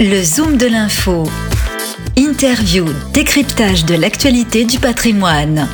Le Zoom de l'info. Interview, décryptage de l'actualité du patrimoine.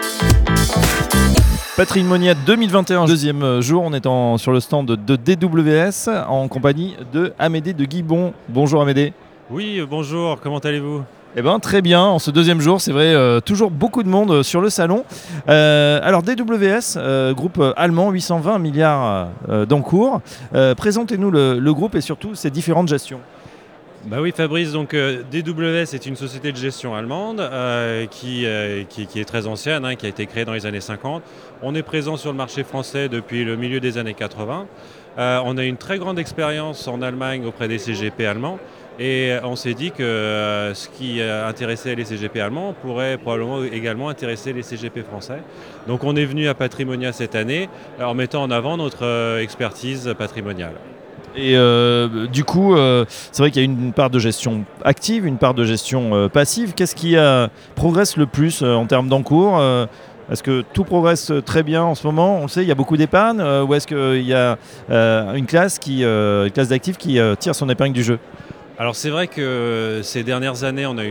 Patrimonia 2021, deuxième jour, on est sur le stand de DWS en compagnie de Amédée de Guibon. Bonjour Amédée. Oui, bonjour, comment allez-vous ? Eh bien très bien, en ce deuxième jour, c'est vrai, toujours beaucoup de monde sur le salon. Alors DWS, groupe allemand, 820 milliards d'encours. Présentez-nous le groupe et surtout ses différentes gestions. Bah oui Fabrice, donc DWS est une société de gestion allemande qui est très ancienne, qui a été créée dans les années 50. On est présent sur le marché français depuis le milieu des années 80. On a une très grande expérience en Allemagne auprès des CGP allemands et on s'est dit que ce qui intéressait les CGP allemands pourrait probablement également intéresser les CGP français. Donc on est venu à Patrimonia cette année en mettant en avant notre expertise patrimoniale. Et du coup, c'est vrai qu'il y a une part de gestion active, une part de gestion passive. Qu'est-ce qui progresse le plus en termes d'encours ? Est-ce que tout progresse très bien en ce moment ? On le sait, il y a beaucoup d'épargne. Ou est-ce qu'il y a une classe d'actifs qui tire son épingle du jeu ? Alors c'est vrai que ces dernières années, on a eu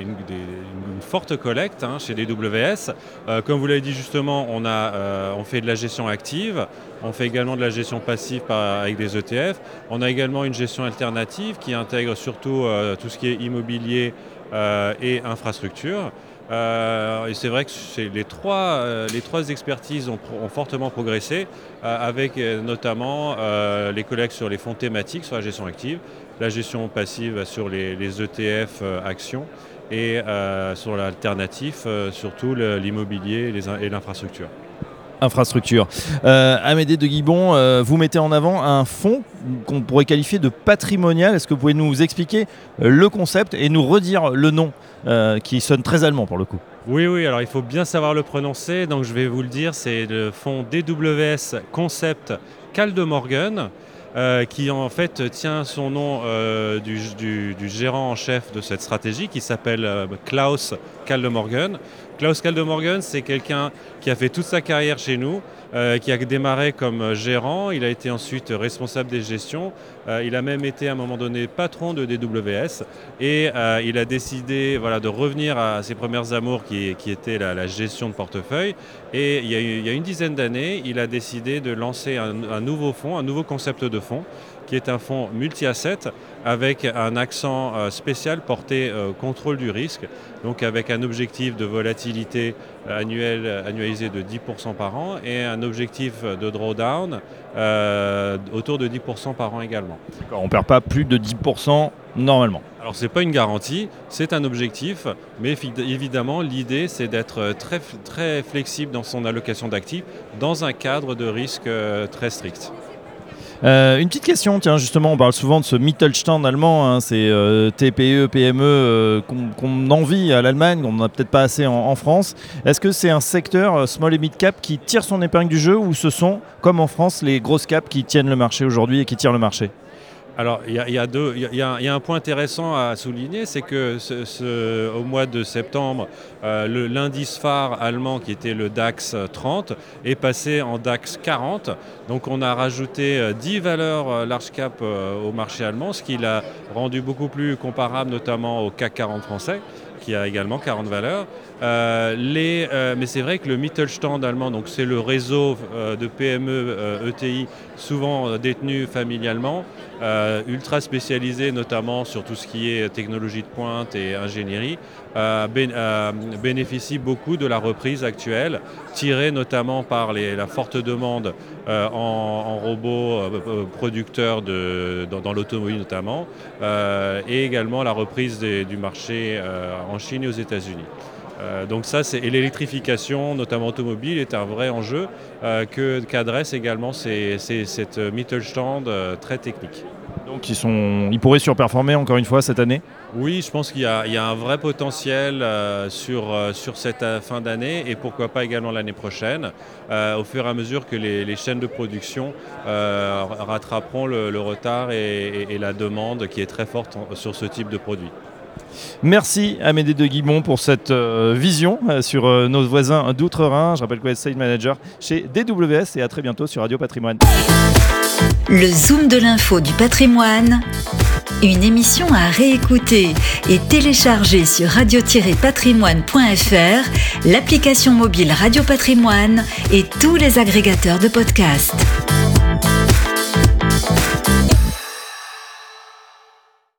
une forte collecte chez DWS. Comme vous l'avez dit justement, on fait de la gestion active, on fait également de la gestion passive avec des ETF. On a également une gestion alternative qui intègre surtout tout ce qui est immobilier et infrastructure. Et c'est vrai que les trois expertises ont fortement progressé, avec notamment les collectes sur les fonds thématiques, sur la gestion active, la gestion passive sur les ETF actions et sur l'alternatif, surtout l'immobilier et l'infrastructure. Infrastructure. Amédée de Guibon, vous mettez en avant un fonds qu'on pourrait qualifier de patrimonial. Est-ce que vous pouvez nous expliquer le concept et nous redire le nom qui sonne très allemand pour le coup ? Oui, alors il faut bien savoir le prononcer, donc je vais vous le dire, c'est le fonds DWS Concept Kaldemorgen, qui en fait tient son nom du gérant en chef de cette stratégie qui s'appelle Klaus Kaldemorgen. Klaus Kaldemorgen, c'est quelqu'un qui a fait toute sa carrière chez nous, qui a démarré comme gérant, il a été ensuite responsable des gestions, il a même été à un moment donné patron de DWS et il a décidé de revenir à ses premières amours qui était la gestion de portefeuille. Et il y a une dizaine d'années, il a décidé de lancer un nouveau fonds, un nouveau concept de fonds, qui est un fonds multi-asset avec un accent spécial porté contrôle du risque, donc avec un objectif de volatilité annualisé de 10% par an et un objectif de drawdown autour de 10% par an également. On ne perd pas plus de 10% normalement. Alors ce n'est pas une garantie, c'est un objectif, mais évidemment l'idée c'est d'être très, très flexible dans son allocation d'actifs dans un cadre de risque très strict. Une petite question, tiens, justement, on parle souvent de ce Mittelstand allemand, c'est TPE, PME qu'on envie à l'Allemagne, on n'en a peut-être pas assez en France. Est-ce que c'est un secteur small et mid cap qui tire son épingle du jeu ou ce sont, comme en France, les grosses caps qui tiennent le marché aujourd'hui et qui tirent le marché ? Alors, il y a un point intéressant à souligner, c'est que au mois de septembre, l'indice phare allemand, qui était le DAX 30, est passé en DAX 40. Donc, on a rajouté 10 valeurs large cap au marché allemand, ce qui l'a rendu beaucoup plus comparable, notamment au CAC 40 français, qui a également 40 valeurs. Mais c'est vrai que le Mittelstand allemand, donc c'est le réseau de PME ETI, souvent détenu familialement, ultra spécialisé notamment sur tout ce qui est technologie de pointe et ingénierie, bénéficie beaucoup de la reprise actuelle, tirée notamment par la forte demande en robots producteurs dans l'automobile notamment, et également la reprise du marché en Chine et aux États-Unis. Donc ça, et l'électrification, notamment automobile, est un vrai enjeu qu'adresse également cette Mittelstand très technique. Donc ils pourraient surperformer encore une fois cette année ? Oui, je pense qu'il y a un vrai potentiel sur cette fin d'année et pourquoi pas également l'année prochaine, au fur et à mesure que les chaînes de production rattraperont le retard et la demande qui est très forte sur ce type de produit. Merci Amédée de Guibon pour cette vision sur nos voisins d'Outre-Rhin. Je rappelle que vous êtes Sales Manager chez DWS et à très bientôt sur Radio Patrimoine. Le Zoom de l'info du patrimoine, Une émission à réécouter et télécharger sur radio-patrimoine.fr, l'application mobile Radio Patrimoine et tous les agrégateurs de podcasts.